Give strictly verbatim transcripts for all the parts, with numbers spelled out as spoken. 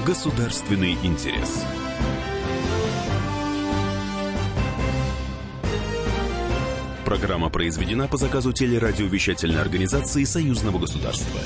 Государственный интерес. Программа произведена по заказу телерадиовещательной организации Союзного государства.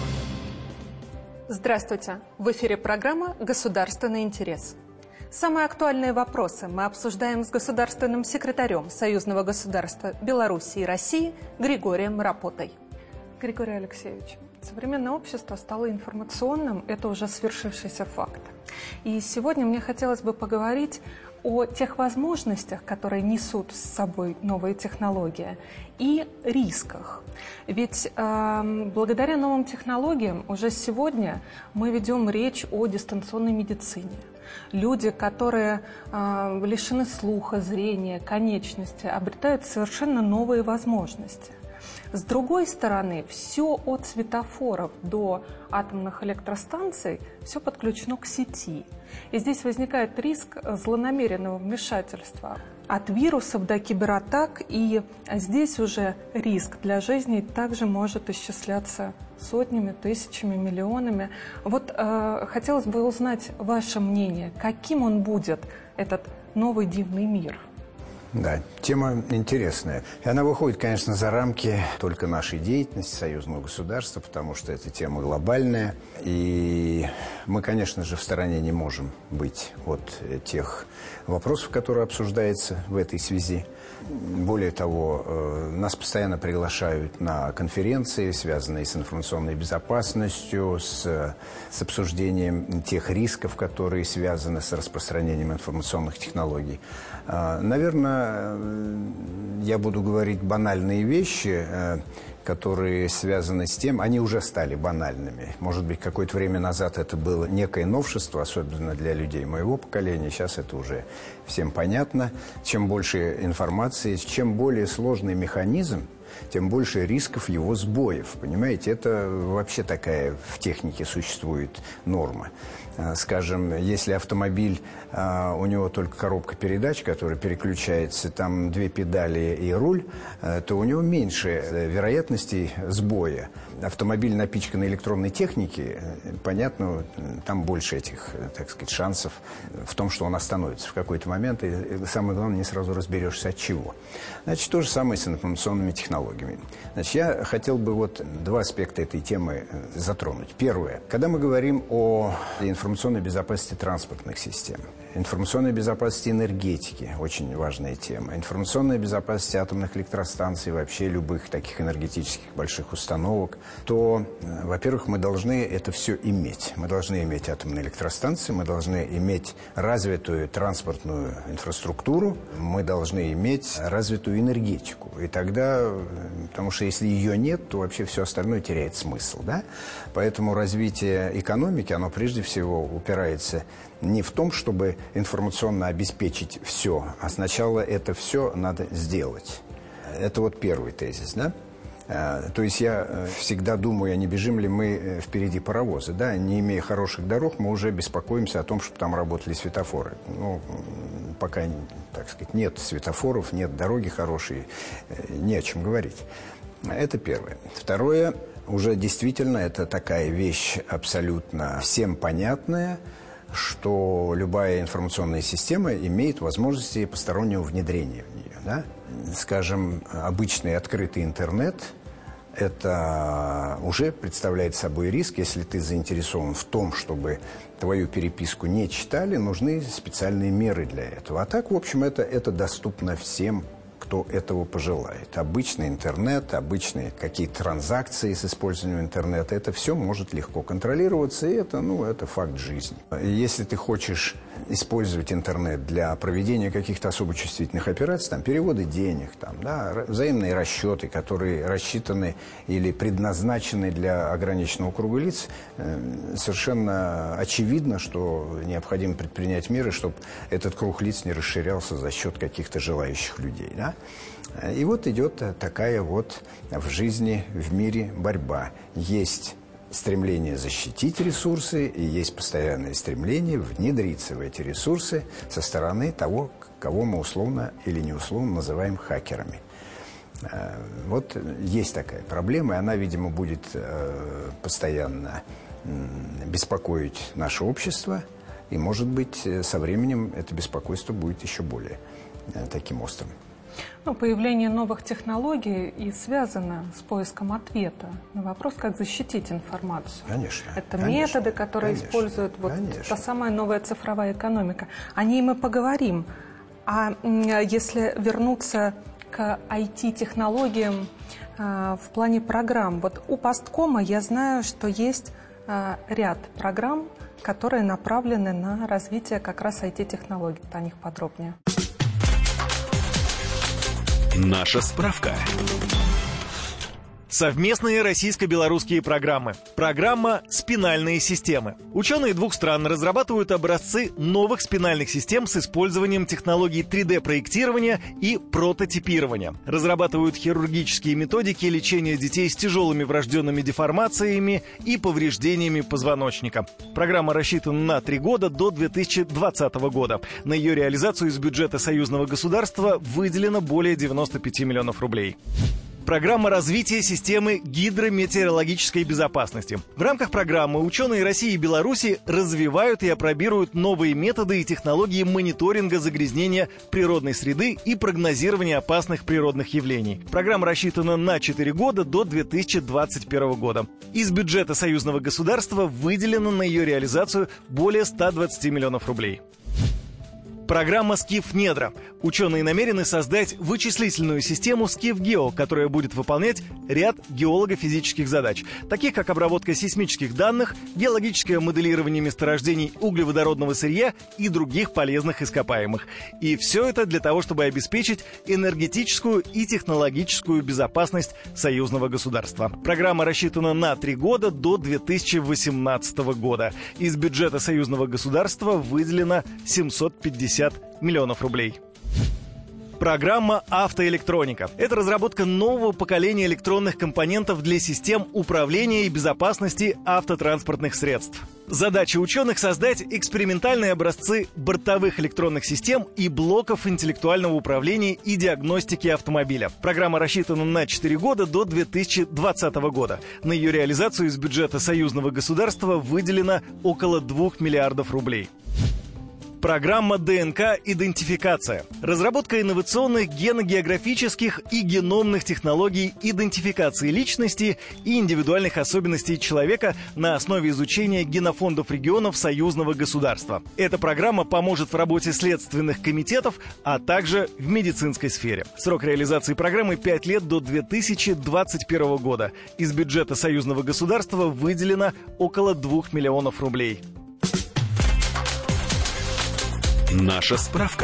Здравствуйте! В эфире программа «Государственный интерес». Самые актуальные вопросы мы обсуждаем с государственным секретарем Союзного государства Беларуси и России Григорием Рапотой. Григорий Алексеевич, современное общество стало информационным, это уже свершившийся факт. И сегодня мне хотелось бы поговорить о тех возможностях, которые несут с собой новые технологии, и рисках. Ведь э, благодаря новым технологиям уже сегодня мы ведем речь о дистанционной медицине. Люди, которые э, лишены слуха, зрения, конечности, обретают совершенно новые возможности. С другой стороны, все от светофоров до атомных электростанций, все подключено к сети. И здесь возникает риск злонамеренного вмешательства от вирусов до кибератак, и здесь уже риск для жизни также может исчисляться сотнями, тысячами, миллионами. Вот э, хотелось бы узнать ваше мнение, каким он будет, этот новый дивный мир? Да, тема интересная. И она выходит, конечно, за рамки только нашей деятельности, союзного государства, потому что эта тема глобальная. И мы, конечно же, в стороне не можем быть от тех вопросов, которые обсуждаются в этой связи. Более того, нас постоянно приглашают на конференции, связанные с информационной безопасностью, с, с обсуждением тех рисков, которые связаны с распространением информационных технологий. Наверное, я буду говорить банальные вещи, которые связаны с тем, они уже стали банальными. Может быть, какое-то время назад это было некое новшество, особенно для людей моего поколения. Сейчас это уже всем понятно. Чем больше информации, чем более сложный механизм, тем больше рисков его сбоев. Понимаете, это вообще такая в технике существует норма. Скажем, если автомобиль, у него только коробка передач, которая переключается, там две педали и руль, то у него меньше вероятностей сбоя. Автомобиль, напичканный электронной техникой, понятно, там больше этих, так сказать, шансов в том, что он остановится в какой-то момент, и самое главное, не сразу разберешься от чего. Значит, то же самое с информационными технологиями. Значит, я хотел бы вот два аспекта этой темы затронуть. Первое. Когда мы говорим о информационной безопасности транспортных систем, информационной безопасности энергетики, очень важная тема, информационной безопасности атомных электростанций, вообще любых таких энергетических больших установок, то, во-первых, мы должны это все иметь. Мы должны иметь атомные электростанции, мы должны иметь развитую транспортную инфраструктуру, мы должны иметь развитую энергетику. И тогда, потому что если ее нет, то вообще все остальное теряет смысл, да? Поэтому развитие экономики, оно прежде всего упирается не в том, чтобы информационно обеспечить все, а сначала это все надо сделать. Это вот первый тезис, да? То есть я всегда думаю, а не бежим ли мы впереди паровоза, да? Не имея хороших дорог, мы уже беспокоимся о том, чтобы там работали светофоры. Ну, пока, так сказать, нет светофоров, нет дороги хорошей, не о чем говорить. Это первое. Второе, уже действительно это такая вещь абсолютно всем понятная, что любая информационная система имеет возможности постороннего внедрения в нее, да? Скажем, обычный открытый интернет – это уже представляет собой риск. Если ты заинтересован в том, чтобы твою переписку не читали, нужны специальные меры для этого. А так, в общем, это, это доступно всем, кто этого пожелает. Обычный интернет, обычные какие-то транзакции с использованием интернета, это все может легко контролироваться, и это, ну, это факт жизни. Если ты хочешь использовать интернет для проведения каких-то особо чувствительных операций, там, переводы денег, там, да, взаимные расчеты, которые рассчитаны или предназначены для ограниченного круга лиц, совершенно очевидно, что необходимо предпринять меры, чтобы этот круг лиц не расширялся за счет каких-то желающих людей, да? И вот идет такая вот в жизни, в мире борьба. Есть стремление защитить ресурсы, и есть постоянное стремление внедриться в эти ресурсы со стороны того, кого мы условно или неусловно называем хакерами. Вот есть такая проблема, и она, видимо, будет постоянно беспокоить наше общество, и, может быть, со временем это беспокойство будет еще более таким острым. Ну, появление новых технологий и связано с поиском ответа на вопрос, как защитить информацию. Конечно. Это конечно, методы, которые конечно, используют вот конечно. та самая новая цифровая экономика. О ней мы поговорим. А если вернуться к ай ти-технологиям э, в плане программ, вот у Посткома я знаю, что есть э, ряд программ, которые направлены на развитие как раз ай ти-технологий. О них подробнее. Наша справка. Совместные российско-белорусские программы. Программа «Спинальные системы». Ученые двух стран разрабатывают образцы новых спинальных систем с использованием технологий три дэ-проектирования и прототипирования. Разрабатывают хирургические методики лечения детей с тяжелыми врожденными деформациями и повреждениями позвоночника. Программа рассчитана на три года до две тысячи двадцатого года. На ее реализацию из бюджета союзного государства выделено более девяноста пяти миллионов рублей. Программа развития системы гидрометеорологической безопасности. В рамках программы ученые России и Беларуси развивают и апробируют новые методы и технологии мониторинга загрязнения природной среды и прогнозирования опасных природных явлений. Программа рассчитана на четыре года до две тысячи двадцать первого года. Из бюджета союзного государства выделено на ее реализацию более ста двадцати миллионов рублей. Программа «Скиф-Недра». Ученые намерены создать вычислительную систему «Скиф-Гео», которая будет выполнять ряд геолого-физических задач, таких как обработка сейсмических данных, геологическое моделирование месторождений углеводородного сырья и других полезных ископаемых. И все это для того, чтобы обеспечить энергетическую и технологическую безопасность союзного государства. Программа рассчитана на три года до две тысячи восемнадцатого года. Из бюджета союзного государства выделено семьсот пятьдесят миллионов рублей. Программа «Автоэлектроника». Это разработка нового поколения электронных компонентов для систем управления и безопасности автотранспортных средств. Задача ученых — создать экспериментальные образцы бортовых электронных систем и блоков интеллектуального управления и диагностики автомобиля. Программа рассчитана на четыре года до две тысячи двадцатого года. На ее реализацию из бюджета союзного государства выделено около двух миллиардов рублей. Программа ДНК-идентификация. Разработка инновационных геногеографических и геномных технологий идентификации личности и индивидуальных особенностей человека на основе изучения генофондов регионов союзного государства. Эта программа поможет в работе следственных комитетов, а также в медицинской сфере. Срок реализации программы пять лет до две тысячи двадцать первого года. Из бюджета союзного государства выделено около двух миллионов рублей. Наша справка.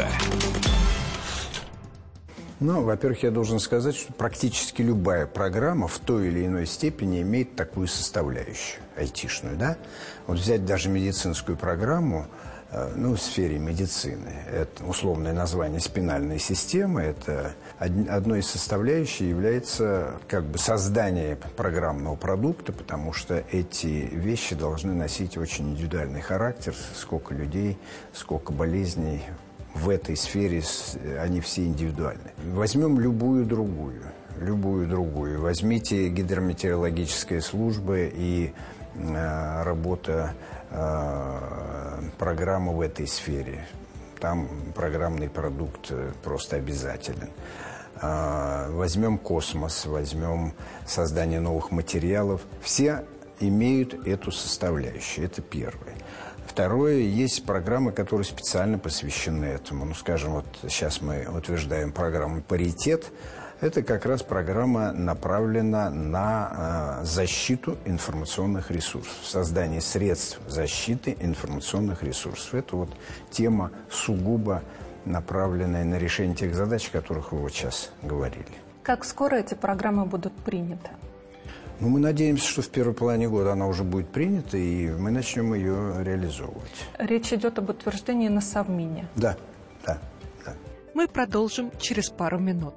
Ну, во-первых, я должен сказать, что практически любая программа в той или иной степени имеет такую составляющую айтишную, да? Вот взять даже медицинскую программу, ну, в сфере медицины. Это условное название спинальной системы. Это одной из составляющих является как бы создание программного продукта, потому что эти вещи должны носить очень индивидуальный характер. Сколько людей, сколько болезней в этой сфере, они все индивидуальны. Возьмем любую другую, любую другую. Возьмите гидрометеорологические службы и э, работа программы в этой сфере. Там программный продукт просто обязателен. Возьмем космос, возьмем создание новых материалов. Все имеют эту составляющую. Это первое. Второе, есть программы, которые специально посвящены этому. Ну, скажем, вот сейчас мы утверждаем программу «Паритет». Это как раз программа направлена на э, защиту информационных ресурсов, создание средств защиты информационных ресурсов. Это вот тема сугубо направленная на решение тех задач, о которых вы вот сейчас говорили. Как скоро эти программы будут приняты? Ну, мы надеемся, что в первой половине года она уже будет принята, и мы начнем ее реализовывать. Речь идет об утверждении на Совмине. Да, да, да. Мы продолжим через пару минут.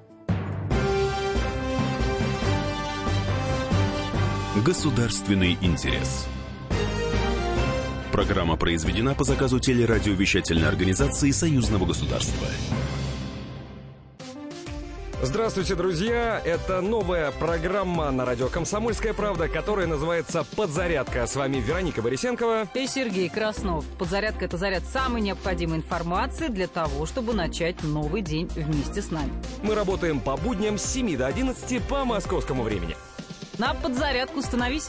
Государственный интерес. Программа произведена по заказу телерадиовещательной организации Союзного государства. Здравствуйте, друзья! Это новая программа на радио «Комсомольская правда», которая называется «Подзарядка». С вами Вероника Борисенкова и Сергей Краснов. Подзарядка – это заряд самой необходимой информации для того, чтобы начать новый день вместе с нами. Мы работаем по будням с семи до одиннадцати по московскому времени. На подзарядку становись!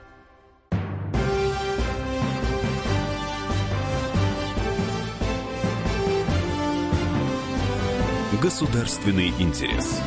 Государственный интерес.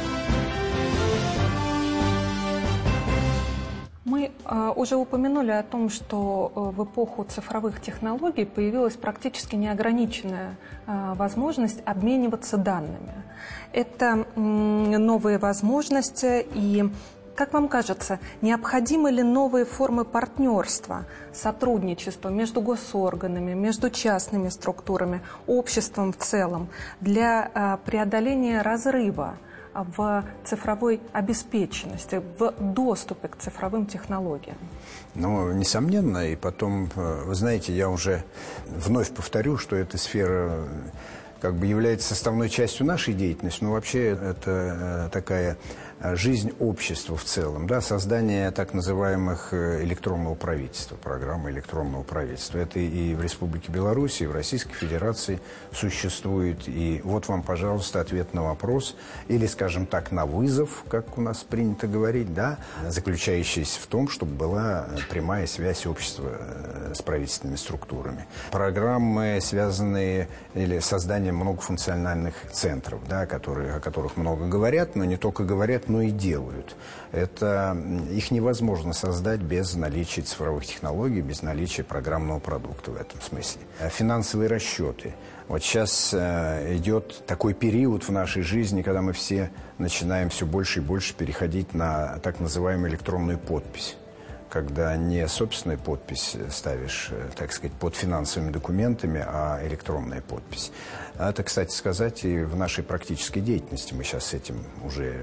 Мы э, уже упомянули о том, что э, в эпоху цифровых технологий появилась практически неограниченная э, возможность обмениваться данными. Это э, новые возможности и... Как вам кажется, необходимы ли новые формы партнерства, сотрудничества между госорганами, между частными структурами, обществом в целом для преодоления разрыва в цифровой обеспеченности, в доступе к цифровым технологиям? Ну, несомненно. И потом, вы знаете, я уже вновь повторю, что эта сфера как бы является составной частью нашей деятельности, но вообще это такая жизнь общества в целом, да, создание так называемых электронного правительства, программы электронного правительства. Это и в Республике Беларусь, и в Российской Федерации существует. И вот вам, пожалуйста, ответ на вопрос, или, скажем так, на вызов, как у нас принято говорить, да, заключающийся в том, чтобы была прямая связь общества с правительственными структурами. Программы, связанные или созданием многофункциональных центров, да, которые, о которых много говорят, но не только говорят, но и делают. Это, их невозможно создать без наличия цифровых технологий, без наличия программного продукта в этом смысле. Финансовые расчеты. Вот сейчас э, идет такой период в нашей жизни, когда мы все начинаем все больше и больше переходить на так называемую электронную подпись. Когда не собственную подпись ставишь, так сказать, под финансовыми документами, а электронная подпись. Это, кстати сказать, и в нашей практической деятельности мы сейчас с этим уже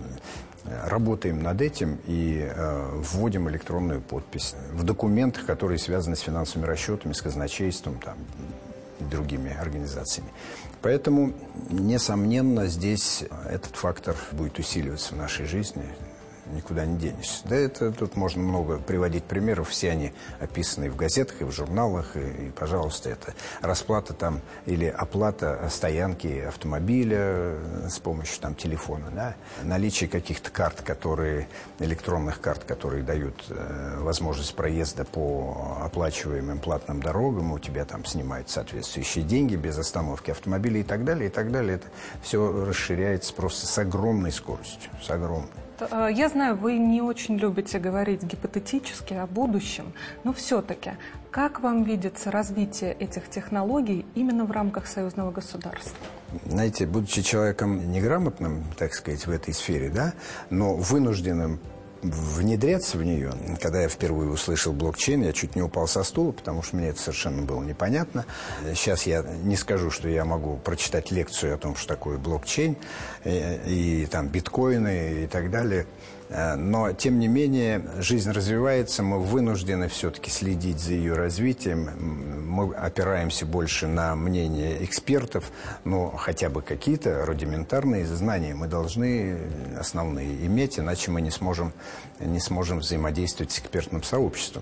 работаем над этим и э, вводим электронную подпись в документах, которые связаны с финансовыми расчетами, с казначейством там, и другими организациями. Поэтому, несомненно, здесь этот фактор будет усиливаться в нашей жизни. Никуда не денешься. Да, это тут можно много приводить примеров, все они описаны в газетах и в журналах, и, и пожалуйста, это расплата там или оплата стоянки автомобиля с помощью там телефона, да, наличие каких-то карт, которые, электронных карт, которые дают э, возможность проезда по оплачиваемым платным дорогам, у тебя там снимают соответствующие деньги без остановки автомобиля и так далее, и так далее. Это все расширяется просто с огромной скоростью, с огромной. Я знаю, вы не очень любите говорить гипотетически о будущем, но все-таки, как вам видится развитие этих технологий именно в рамках союзного государства? Знаете, будучи человеком неграмотным, так сказать, в этой сфере, да, но вынужденным внедряться в нее, когда я впервые услышал блокчейн, я чуть не упал со стула, потому что мне это совершенно было непонятно. Сейчас я не скажу, что я могу прочитать лекцию о том, что такое блокчейн, и, и там биткоины и так далее. Но, тем не менее, жизнь развивается, мы вынуждены все-таки следить за ее развитием. Мы опираемся больше на мнение экспертов, но хотя бы какие-то рудиментарные знания мы должны основные иметь, иначе мы не сможем, не сможем взаимодействовать с экспертным сообществом.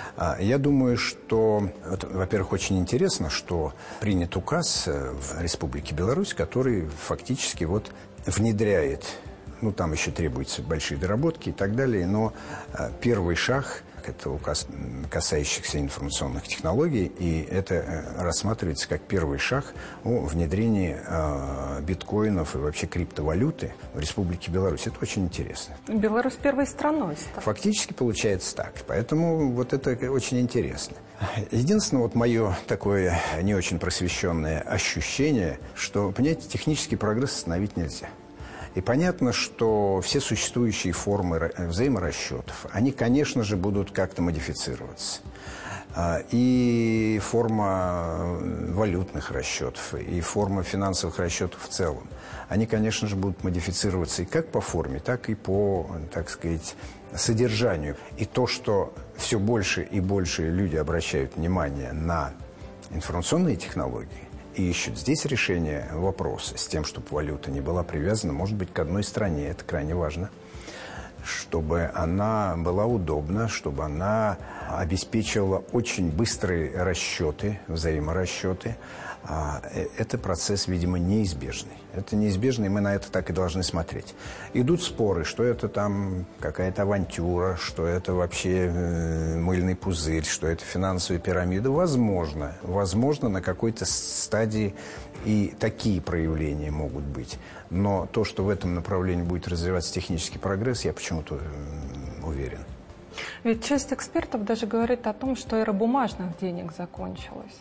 Я думаю, что, вот, во-первых, очень интересно, что принят указ в Республике Беларусь, который фактически вот внедряет. Ну, там еще требуются большие доработки и так далее, но э, первый шаг – это указ, касающийся информационных технологий, и это э, рассматривается как первый шаг о внедрении э, биткоинов и вообще криптовалюты в Республике Беларусь. Это очень интересно. Беларусь первой страной стала. Фактически получается так, поэтому вот это очень интересно. Единственное, вот мое такое не очень просвещенное ощущение, что, понимаете, технический прогресс остановить нельзя. И понятно, что все существующие формы взаиморасчетов, они, конечно же, будут как-то модифицироваться. И форма валютных расчетов, и форма финансовых расчетов в целом, они, конечно же, будут модифицироваться и как по форме, так и по, так сказать, содержанию. И то, что все больше и больше люди обращают внимание на информационные технологии, и ищут здесь решение вопроса с тем, чтобы валюта не была привязана, может быть, к одной стране. Это крайне важно. Чтобы она была удобна, чтобы она обеспечивала очень быстрые расчеты, взаиморасчеты. Это процесс, видимо, неизбежный. Это неизбежно, и мы на это так и должны смотреть. Идут споры, что это там какая-то авантюра, что это вообще мыльный пузырь, что это финансовая пирамида. Возможно, возможно, на какой-то стадии и такие проявления могут быть. Но то, что в этом направлении будет развиваться технический прогресс, я почему-то уверен. Ведь часть экспертов даже говорит о том, что эра бумажных денег закончилась.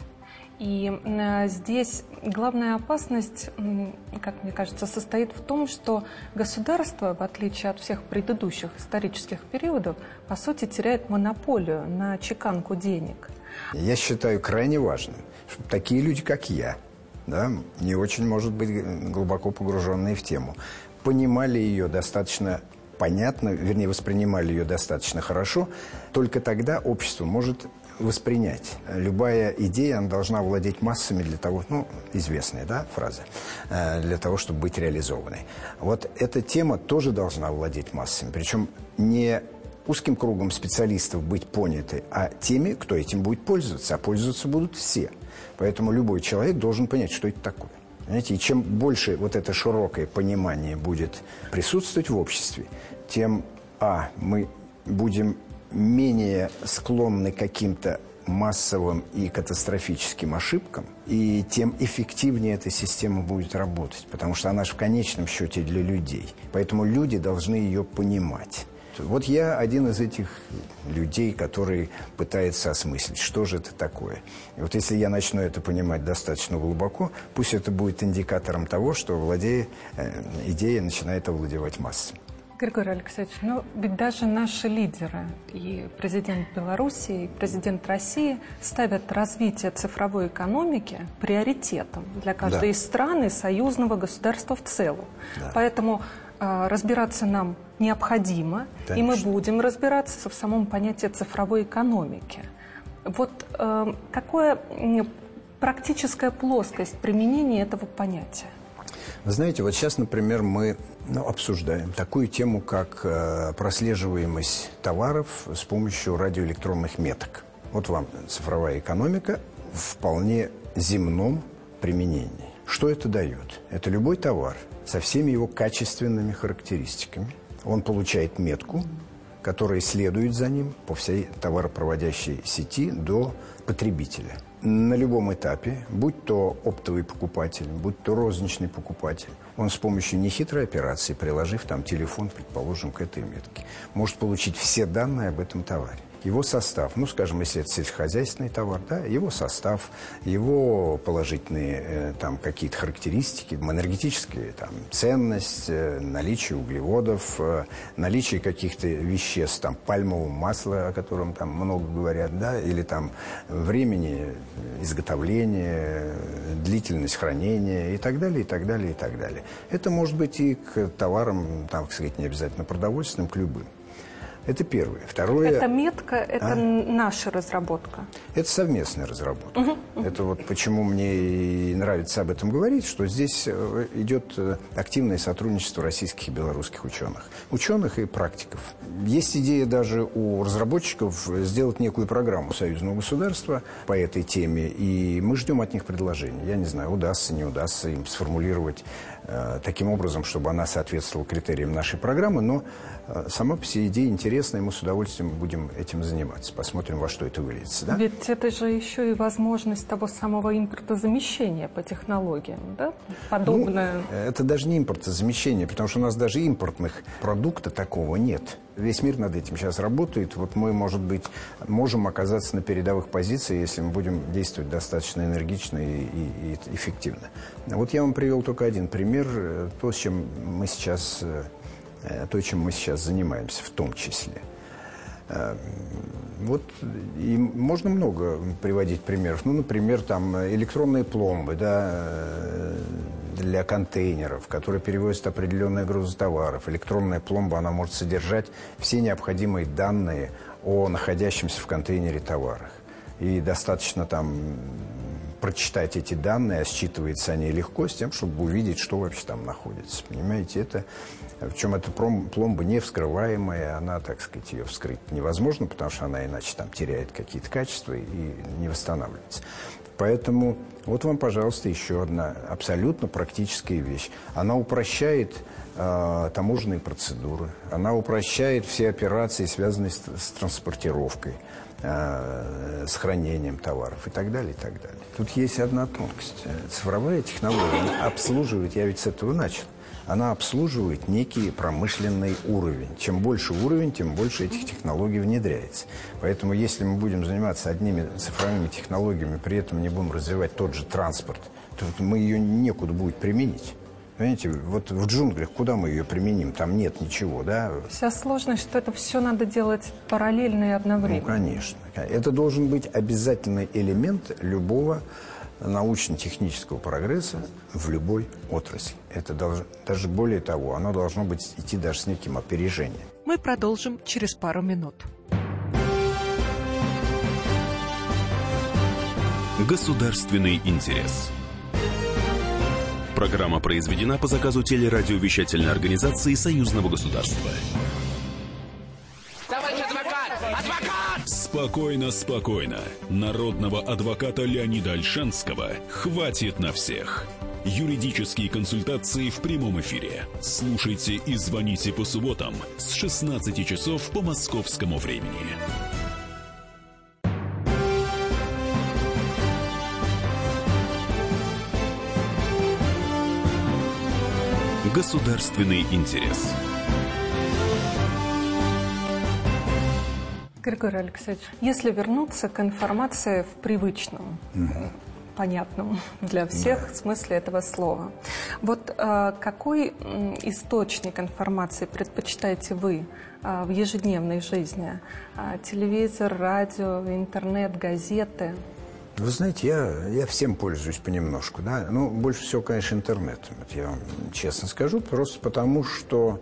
И э, здесь главная опасность, э, как мне кажется, состоит в том, что государство, в отличие от всех предыдущих исторических периодов, по сути теряет монополию на чеканку денег. Я считаю крайне важным, чтобы такие люди, как я, да, не очень, может быть, глубоко погруженные в тему, понимали ее достаточно понятно, вернее, воспринимали ее достаточно хорошо, только тогда общество может воспринять. Любая идея, она должна владеть массами для того, ну, известная, да, фраза, для того, чтобы быть реализованной. Вот эта тема тоже должна владеть массами, причем не узким кругом специалистов быть поняты, а теми, кто этим будет пользоваться, а пользоваться будут все. Поэтому любой человек должен понять, что это такое. Понимаете? И чем больше вот это широкое понимание будет присутствовать в обществе, тем, а, мы будем менее склонны к каким-то массовым и катастрофическим ошибкам, и тем эффективнее эта система будет работать, потому что она же в конечном счете для людей. Поэтому люди должны ее понимать. Вот я один из этих людей, который пытается осмыслить, что же это такое. И вот если я начну это понимать достаточно глубоко, пусть это будет индикатором того, что владея, э, идея начинает овладевать массами. Григорий Алексеевич, ну ведь даже наши лидеры, и президент Беларуси, и президент России, ставят развитие цифровой экономики приоритетом для каждой да. из стран и союзного государства в целом. Да. Поэтому э, разбираться нам необходимо, Конечно. И мы будем разбираться в самом понятии цифровой экономики. Вот э, какая практическая плоскость применения этого понятия? Вы знаете, вот сейчас, например, мы ну, обсуждаем такую тему, как э, прослеживаемость товаров с помощью радиоэлектронных меток. Вот вам цифровая экономика в вполне земном применении. Что это дает? Это любой товар со всеми его качественными характеристиками. Он получает метку, которая следует за ним по всей товаропроводящей сети до потребителя. На любом этапе, будь то оптовый покупатель, будь то розничный покупатель, он с помощью нехитрой операции, приложив там телефон, предположим, к этой метке, может получить все данные об этом товаре. Его состав, ну, скажем, если это сельскохозяйственный товар, да, его состав, его положительные э, там какие-то характеристики, энергетическая там ценность, э, наличие углеводов, э, наличие каких-то веществ, там, пальмового масла, о котором там много говорят, да, или там времени изготовления, длительность хранения и так далее, и так далее, и так далее. Это может быть и к товарам, там, так сказать, не обязательно продовольственным, к любым. Это первое. Второе... Это метка, это а? наша разработка? Это совместная разработка. Угу, угу. Это вот почему мне и нравится об этом говорить, что здесь идет активное сотрудничество российских и белорусских ученых. Ученых и практиков. Есть идея даже у разработчиков сделать некую программу союзного государства по этой теме, и мы ждем от них предложений. Я не знаю, удастся, не удастся им сформулировать э, таким образом, чтобы она соответствовала критериям нашей программы, но э, сама по себе идея интересная. И мы с удовольствием будем этим заниматься. Посмотрим, во что это выльется. Да? Ведь это же еще и возможность того самого импортозамещения по технологиям, да? Подобное. Ну, это даже не импортозамещение, потому что у нас даже импортных продуктов такого нет. Весь мир над этим сейчас работает. Вот мы, может быть, можем оказаться на передовых позициях, если мы будем действовать достаточно энергично и, и, и эффективно. Вот я вам привел только один пример. То, с чем мы сейчас... то, чем мы сейчас занимаемся в том числе. Вот и можно много приводить примеров. Ну, например, там электронные пломбы, да, для контейнеров, которые перевозят определенные грузы товаров. Электронная пломба, она может содержать все необходимые данные о находящемся в контейнере товарах. И достаточно там прочитать эти данные, а считываются они легко, с тем, чтобы увидеть, что вообще там находится. Понимаете, это... Причем эта пломба не вскрываемая, она, так сказать, ее вскрыть невозможно, потому что она иначе там теряет какие-то качества и не восстанавливается. Поэтому вот вам, пожалуйста, еще одна абсолютно практическая вещь. Она упрощает э, таможенные процедуры, она упрощает все операции, связанные с, с транспортировкой, э, с хранением товаров и так далее, и так далее. Тут есть одна тонкость. Цифровая технология обслуживает, я ведь с этого начал, она обслуживает некий промышленный уровень. Чем больше уровень, тем больше этих технологий внедряется. Поэтому если мы будем заниматься одними цифровыми технологиями, при этом не будем развивать тот же транспорт, то мы ее некуда будет применить. Понимаете, вот в джунглях куда мы ее применим? Там нет ничего, да? Вся сложность, что это все надо делать параллельно и одновременно. Ну, конечно. Это должен быть обязательный элемент любого научно-технического прогресса в любой отрасли. Это даже, даже более того, оно должно быть идти даже с неким опережением. Мы продолжим через пару минут. Государственный интерес. Программа произведена по заказу телерадиовещательной организации Союзного государства. Спокойно, спокойно. Народного адвоката Леонида Ольшанского хватит на всех. Юридические консультации в прямом эфире. Слушайте и звоните по субботам с шестнадцати часов по московскому времени. Государственный интерес. Григорий Алексеевич, если вернуться к информации в привычном, угу. понятном для всех да. смысле этого слова, вот э, какой э, источник информации предпочитаете вы э, в ежедневной жизни? Э, телевизор, радио, интернет, газеты? Вы знаете, я, я всем пользуюсь понемножку, да. Ну, больше всего, конечно, интернетом, это я вам честно скажу, просто потому что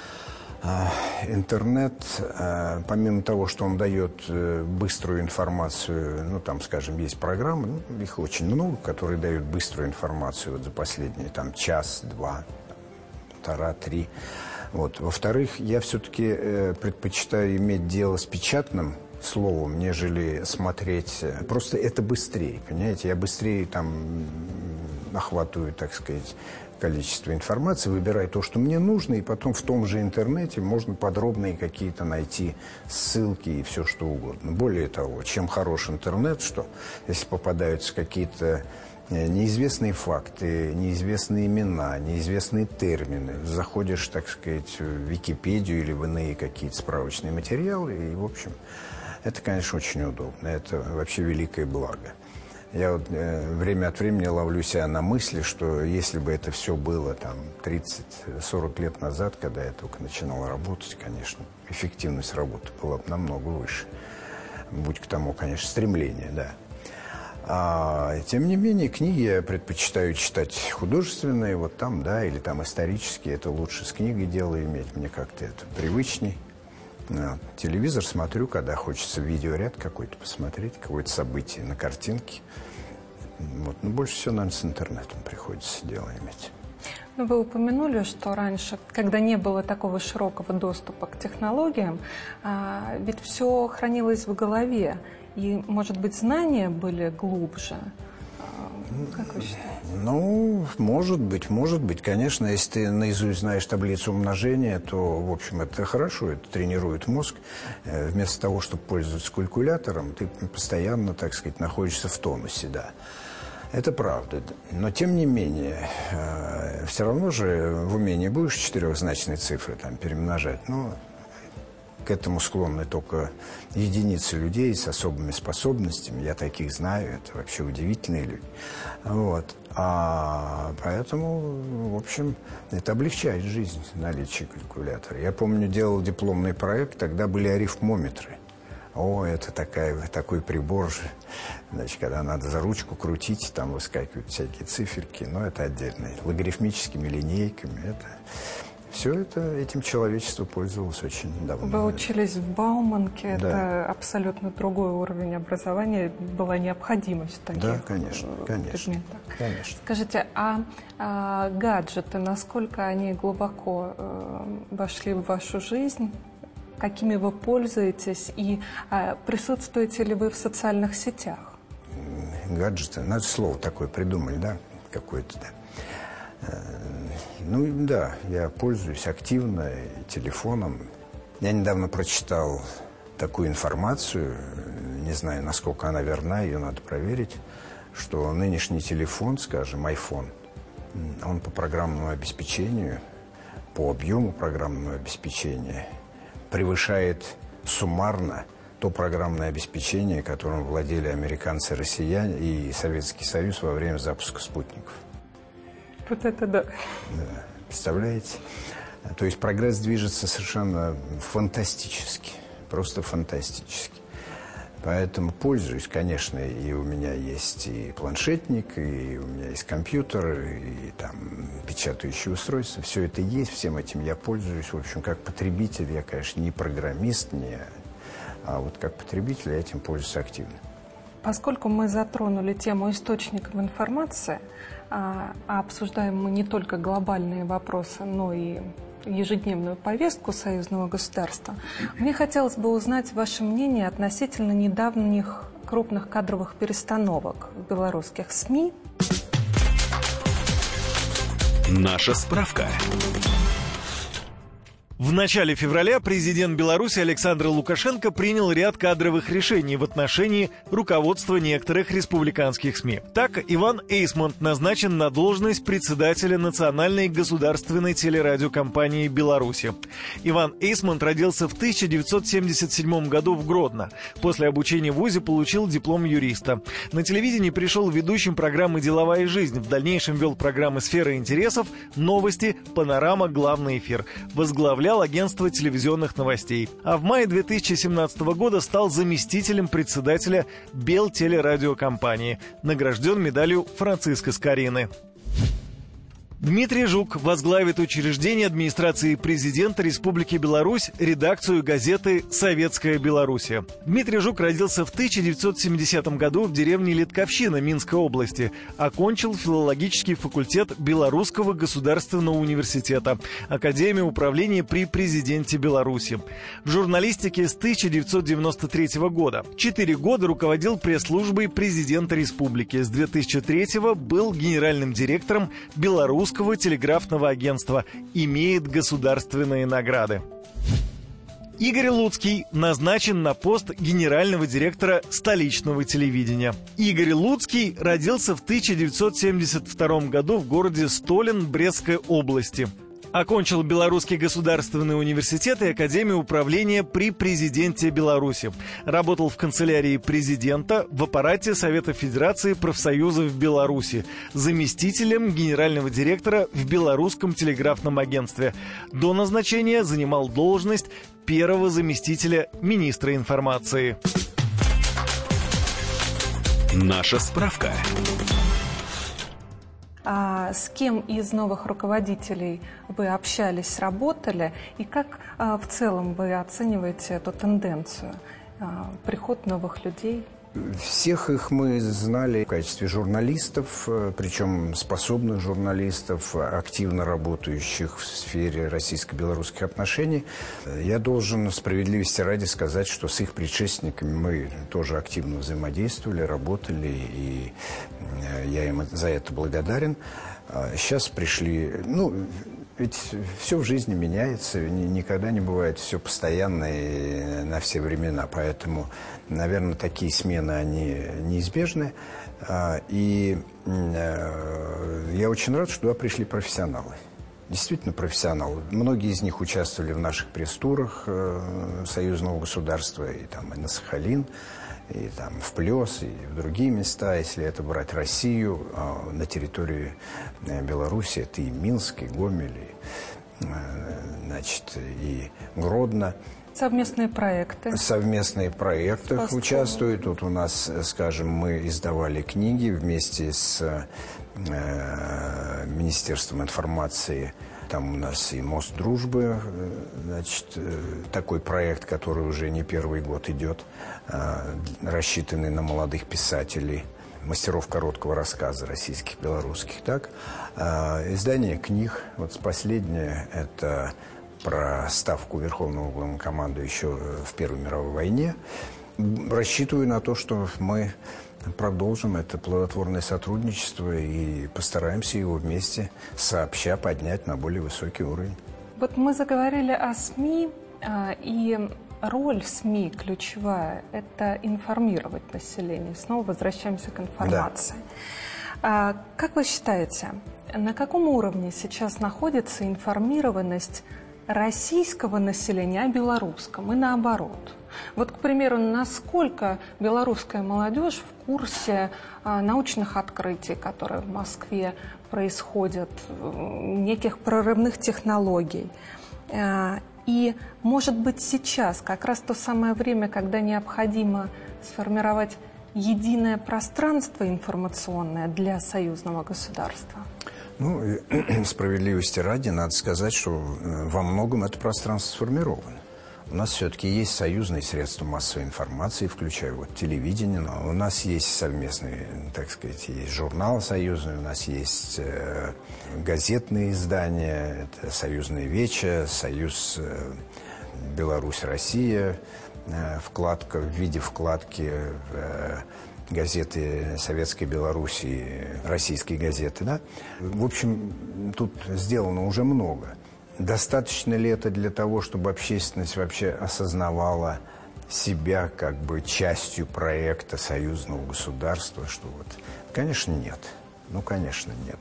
интернет, помимо того, что он дает быструю информацию, ну, там, скажем, есть программы, ну, их очень много, которые дают быструю информацию вот за последние, там, час, два, полтора, три. Вот. Во-вторых, я все-таки предпочитаю иметь дело с печатным словом, нежели смотреть. Просто это быстрее, понимаете? Я быстрее там охватываю, так сказать, количество информации, выбираю то, что мне нужно, и потом в том же интернете можно подробные какие-то найти ссылки и все что угодно. Более того, чем хорош интернет, что если попадаются какие-то неизвестные факты, неизвестные имена, неизвестные термины, заходишь, так сказать, в Википедию или в иные какие-то справочные материалы, и, в общем, это, конечно, очень удобно. Это вообще великое благо. Я вот э, время от времени ловлю себя на мысли, что если бы это все было там тридцать-сорок лет назад, когда я только начинал работать, конечно, эффективность работы была бы намного выше. Будь к тому, конечно, стремление, да. А, тем не менее, книги я предпочитаю читать художественные, вот там, да, или там исторические. Это лучше с книгой дело иметь, мне как-то это привычней. А, телевизор смотрю, когда хочется видеоряд какой-то посмотреть, какое-то событие на картинке. Вот. Но больше всего, наверное, с интернетом приходится дело иметь. Ну, вы упомянули, что раньше, когда не было такого широкого доступа к технологиям, а, ведь все хранилось в голове. И, может быть, знания были глубже? Как вы считаете? Ну, может быть, может быть. Конечно, если ты наизусть знаешь таблицу умножения, то, в общем, это хорошо, это тренирует мозг. Вместо того, чтобы пользоваться калькулятором, ты постоянно, так сказать, находишься в тонусе, да. Это правда. Но, тем не менее, все равно же в уме не будешь четырехзначные цифры там перемножать. Ну, к этому склонны только единицы людей с особыми способностями. Я таких знаю, это вообще удивительные люди. Вот. А поэтому, в общем, это облегчает жизнь, наличие калькулятора. Я помню, делал дипломный проект, тогда были арифмометры. О, это такая, такой прибор же, значит, когда надо за ручку крутить, там выскакивают всякие циферки, но это отдельно. Логарифмическими линейками, это... Все это, этим человечество пользовалось очень давно. Вы учились в Бауманке, да. Это абсолютно другой уровень образования, была необходимость в таких да, конечно, конечно, предметах. Конечно. Скажите, а, а гаджеты, насколько они глубоко э, вошли в вашу жизнь? Какими вы пользуетесь и а, присутствуете ли вы в социальных сетях? Гаджеты, ну, это слово такое придумали, да, какое-то, да. Ну, да, я пользуюсь активно телефоном. Я недавно прочитал такую информацию, не знаю, насколько она верна, ее надо проверить, что нынешний телефон, скажем, iPhone, он по программному обеспечению, по объему программного обеспечения превышает суммарно то программное обеспечение, которым владели американцы, россияне и Советский Союз во время запуска спутников. Вот это да. Да. Представляете? То есть прогресс движется совершенно фантастически. Просто фантастически. Поэтому пользуюсь, конечно, и у меня есть и планшетник, и у меня есть компьютер, и там печатающее устройство. Все это есть, всем этим я пользуюсь. В общем, как потребитель, я, конечно, не программист, не... а вот как потребитель я этим пользуюсь активно. Поскольку мы затронули тему источников информации, а, а обсуждаем мы не только глобальные вопросы, но и ежедневную повестку союзного государства, мне хотелось бы узнать ваше мнение относительно недавних крупных кадровых перестановок в белорусских СМИ. Наша справка. В начале февраля президент Беларуси Александр Лукашенко принял ряд кадровых решений в отношении руководства некоторых республиканских СМИ. Так, Иван Эйсмонт назначен на должность председателя Национальной государственной телерадиокомпании Беларуси. Иван Эйсмонт родился в тысяча девятьсот семьдесят седьмом году в Гродно. После обучения в вузе получил диплом юриста. На телевидении пришел ведущим программы «Деловая жизнь». В дальнейшем вел программы «Сфера интересов», «Новости», «Панорама», «Главный эфир». Возглавлял агентство телевизионных новостей. А в мае две тысячи семнадцатого года стал заместителем председателя Белтелерадиокомпании. Награжден медалью Франциска Скорины. Дмитрий Жук возглавит учреждение администрации президента Республики Беларусь, редакцию газеты «Советская Белоруссия». Дмитрий Жук родился в тысяча девятьсот семидесятом году в деревне Литковщина Минской области. Окончил филологический факультет Белорусского государственного университета, Академию управления при президенте Беларуси. В журналистике с тысяча девятьсот девяносто третьего года. Четыре года руководил пресс-службой президента республики. С две тысячи третьего был генеральным директором Белорусского телеграфного агентства, имеет государственные награды. Игорь Луцкий назначен на пост генерального директора столичного телевидения. Игорь Луцкий родился в тысяча девятьсот семьдесят втором году в городе Столин Брестской области. Окончил Белорусский государственный университет и Академию управления при президенте Беларуси. Работал в канцелярии президента, в аппарате Совета Федерации профсоюзов Беларуси, заместителем генерального директора в Белорусском телеграфном агентстве. До назначения занимал должность первого заместителя министра информации. Наша справка. А с кем из новых руководителей вы общались, работали, и как а, в целом вы оцениваете эту тенденцию, а, приход новых людей? Всех их мы знали в качестве журналистов, причем способных журналистов, активно работающих в сфере российско-белорусских отношений. Я должен справедливости ради сказать, что с их предшественниками мы тоже активно взаимодействовали, работали, и я им за это благодарен. Сейчас пришли... ну, ведь все в жизни меняется, никогда не бывает все постоянно и на все времена, поэтому, наверное, такие смены, они неизбежны. И я очень рад, что туда пришли профессионалы. Действительно профессионалы. Многие из них участвовали в наших пресс-турах союзного государства, и там и на Сахалин, и там в Плёс, и в другие места, если это брать Россию, на территории Беларуси, это и Минск, и Гомель, и, значит, и Гродно. Совместные проекты. Совместные проекты Спасибо. Участвуют. Вот у нас, скажем, мы издавали книги вместе с э, Министерством информации Там у нас и «Мост дружбы», значит, такой проект, который уже не первый год идет, рассчитанный на молодых писателей, мастеров короткого рассказа российских, белорусских. Так? Издание книг. Вот последнее – это про ставку Верховного Главнокомандующего в Первой мировой войне. Рассчитываю на то, что мы продолжим это плодотворное сотрудничество и постараемся его вместе сообща поднять на более высокий уровень. Вот мы заговорили о СМИ, и роль СМИ ключевая – это информировать население. Снова возвращаемся к информации. Да. Как вы считаете, на каком уровне сейчас находится информированность российского населения о белорусском и наоборот? Вот, к примеру, насколько белорусская молодежь в курсе а, научных открытий, которые в Москве происходят, неких прорывных технологий. А, и, может быть, сейчас как раз то самое время, когда необходимо сформировать единое пространство информационное для союзного государства? Ну, справедливости ради, надо сказать, что во многом это пространство сформировано. У нас все-таки есть союзные средства массовой информации, включая вот телевидение, но у нас есть совместные, так сказать, есть журнал союзный, у нас есть э, газетные издания, это «Союзное вече», «Союз э, Беларусь-Россия», э, вкладка в виде вкладки э, газеты Советской Белоруссии, российские газеты, да. В общем, тут сделано уже много. Достаточно ли это для того, чтобы общественность вообще осознавала себя как бы частью проекта союзного государства? Что вот? Конечно, нет. Ну, конечно, нет.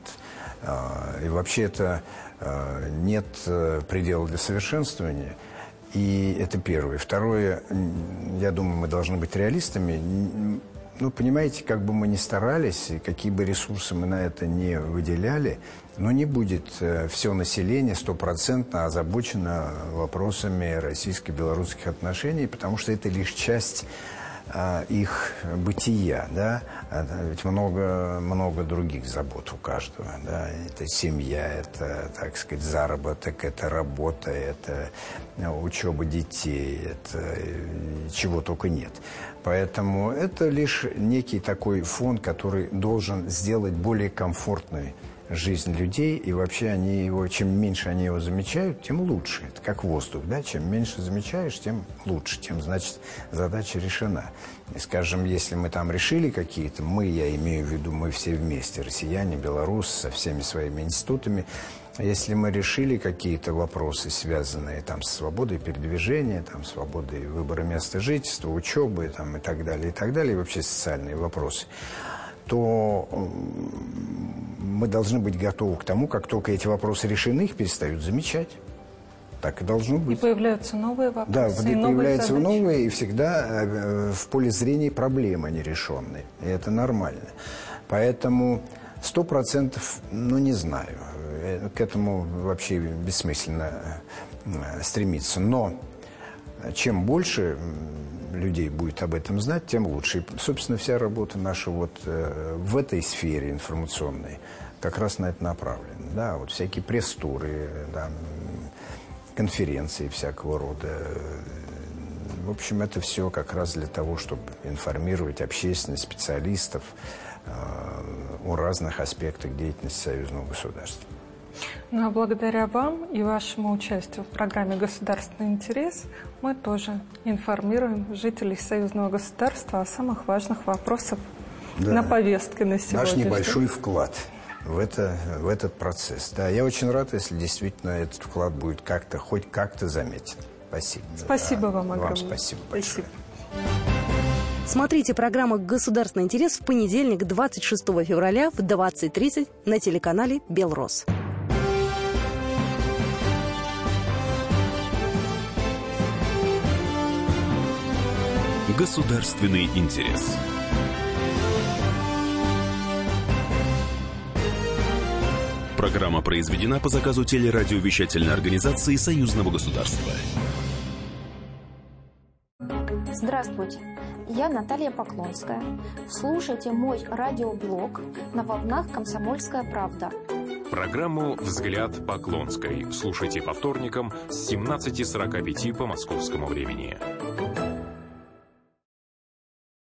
И вообще это нет предела для совершенствования. И это первое. Второе, я думаю, мы должны быть реалистами. Ну, понимаете, как бы мы ни старались, и какие бы ресурсы мы на это не выделяли, но не будет э, все население стопроцентно озабочено вопросами российско-белорусских отношений, потому что это лишь часть э, их бытия, да. Ведь много, много других забот у каждого, да. Это семья, это, так сказать, заработок, это работа, это учеба детей, это чего только нет. Поэтому это лишь некий такой фон, который должен сделать более комфортной жизнь людей, и вообще они его, чем меньше они его замечают, тем лучше. Это как воздух, да, чем меньше замечаешь, тем лучше, тем, значит, задача решена. И, скажем, если мы там решили какие-то, мы, я имею в виду, мы все вместе, россияне, белорусы, со всеми своими институтами, если мы решили какие-то вопросы, связанные там с свободой передвижения, там, свободой выбора места жительства, учебы там, и так далее, и так далее, и вообще социальные вопросы, то мы должны быть готовы к тому, как только эти вопросы решены, их перестают замечать. Так и должно быть. И появляются новые вопросы. Да, и появляются новые, новые, и всегда в поле зрения проблемы нерешенные. И это нормально. Поэтому сто процентов, ну, не знаю, к этому вообще бессмысленно стремиться. Но чем больше людей будет об этом знать, тем лучше. И, собственно, вся работа наша вот в этой сфере информационной как раз на это направлена. Да, вот всякие пресс-туры, да, конференции всякого рода. В общем, это все как раз для того, чтобы информировать общественность, специалистов э, о разных аспектах деятельности союзного государства. Ну а благодаря вам и вашему участию в программе «Государственный интерес» мы тоже информируем жителей союзного государства о самых важных вопросах, да, на повестке на сегодня. Наш небольшой вклад в, это, в этот процесс. Да, я очень рад, если действительно этот вклад будет как-то, хоть как-то заметен. Спасибо. Спасибо да, вам огромное. Вам спасибо большое. Спасибо. Смотрите программу «Государственный интерес» в понедельник, двадцать шестого февраля в двадцать тридцать на телеканале «Белрос». Государственный интерес. Программа произведена по заказу телерадиовещательной организации Союзного государства. Здравствуйте, я Наталья Поклонская. Слушайте мой радиоблог на волнах «Комсомольская правда». Программу «Взгляд Поклонской» слушайте по вторникам с семнадцати сорока пяти по московскому времени.